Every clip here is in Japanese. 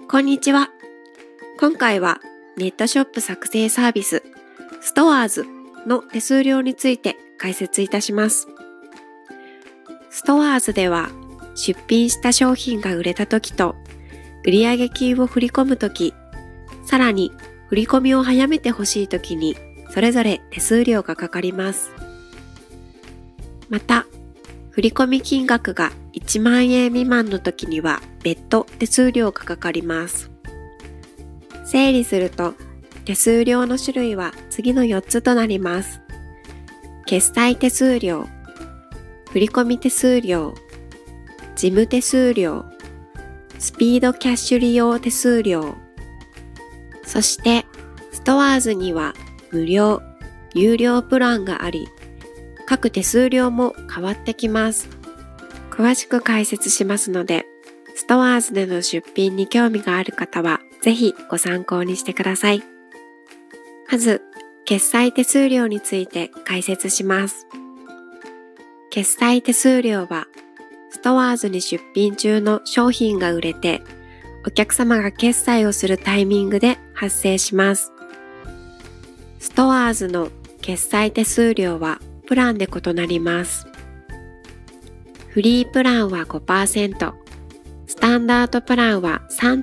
こんにちは。今回はネットショップ作成サービスストアーズの手数料について解説いたします。ストアーズでは出品した商品が売れた時と売上金を振り込む時、さらに振り込みを早めてほしい時にそれぞれ手数料がかかります。また、振込金額が1万円未満の時には別途手数料がかかります。整理すると、手数料の種類は次の4つとなります。決済手数料、振込手数料、事務手数料、スピードキャッシュ利用手数料。そして、ストアーズには無料、有料プランがあり、各手数料も変わってきます。詳しく解説しますので、ストアーズでの出品に興味がある方は、ぜひご参考にしてください。まず、決済手数料について解説します。決済手数料は、ストアーズに出品中の商品が売れて、お客様が決済をするタイミングで発生します。ストアーズの決済手数料はプランで異なります。フリープランは 5%、スタンダードプランは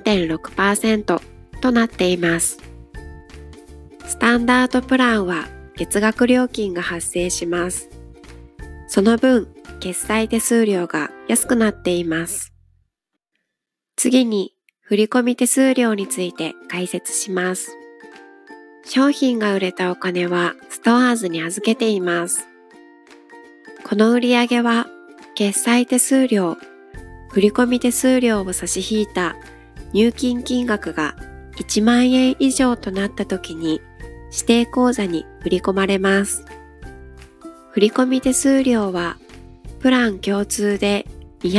3.6% となっています。スタンダードプランは月額料金が発生します。その分、決済手数料が安くなっています。次に、振込手数料について解説します。商品が売れたお金はストアーズに預けています。この売上は、決済手数料、振込手数料を差し引いた入金金額が1万円以上となったときに指定口座に振り込まれます。振込手数料はプラン共通で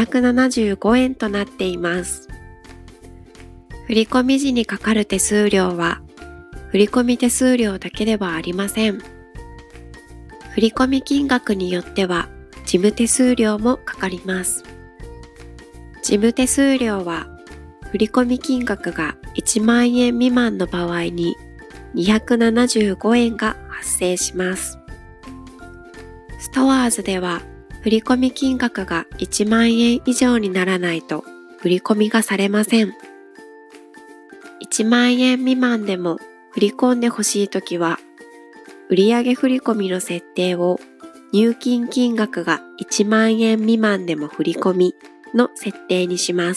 275円となっています。振込時にかかる手数料は振込手数料だけではありません。振込金額によっては事務手数料もかかります。事務手数料は振込金額が1万円未満の場合に275円が発生します。ストアーズでは振込金額が1万円以上にならないと振り込みがされません。1万円未満でも振り込んでほしいときは売上振込の設定を入金金額が1万円未満でも振り込みの設定にします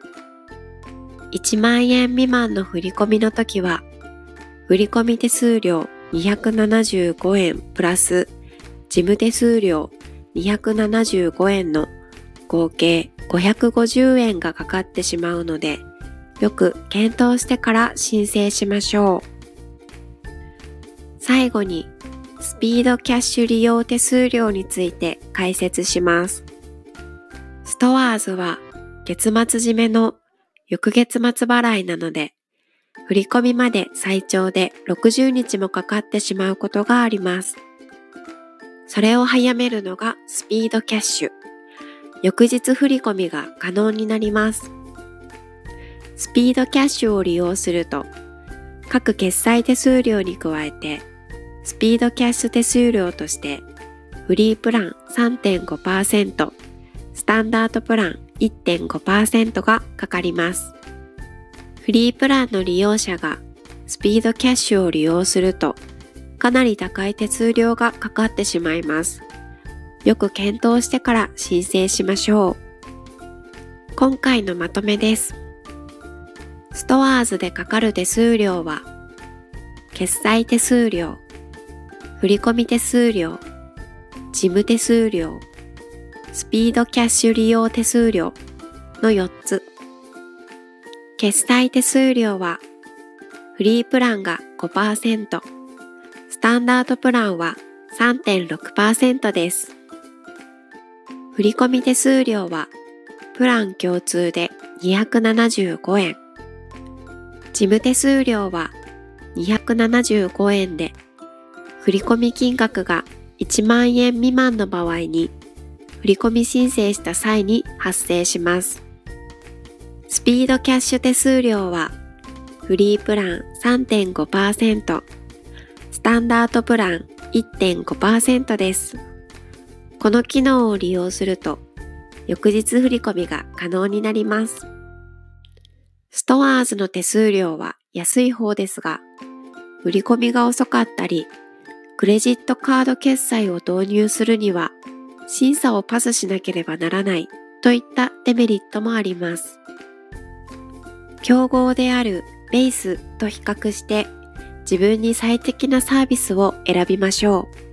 。1万円未満の振り込みの時は、振込手数料275円プラス事務手数料275円の合計550円がかかってしまうので、よく検討してから申請しましょう。最後に、スピードキャッシュ利用手数料について解説します。ストアーズは月末締めの翌月末払いなので、振り込みまで最長で60日もかかってしまうことがあります。それを早めるのがスピードキャッシュ。翌日振り込みが可能になります。スピードキャッシュを利用すると、各決済手数料に加えて、スピードキャッシュ手数料として、フリープラン 3.5%、スタンダードプラン 1.5% がかかります。フリープランの利用者がスピードキャッシュを利用すると、かなり高い手数料がかかってしまいます。よく検討してから申請しましょう。今回のまとめです。ストアーズでかかる手数料は、決済手数料、振込手数料、事務手数料、スピードキャッシュ利用手数料の4つ。決済手数料は、フリープランが 5%、スタンダードプランは 3.6% です。振込手数料は、プラン共通で275円。事務手数料は275円で、振込金額が1万円未満の場合に、振込申請した際に発生します。 スピードキャッシュ手数料はフリープラン 3.5%、スタンダードプラン 1.5% です。この機能を利用すると翌日振込が可能になります。ストアーズの手数料は安い方ですが、振り込みが遅かったり、クレジットカード決済を導入するには審査をパスしなければならないといったデメリットもあります。競合であるベースと比較して自分に最適なサービスを選びましょう。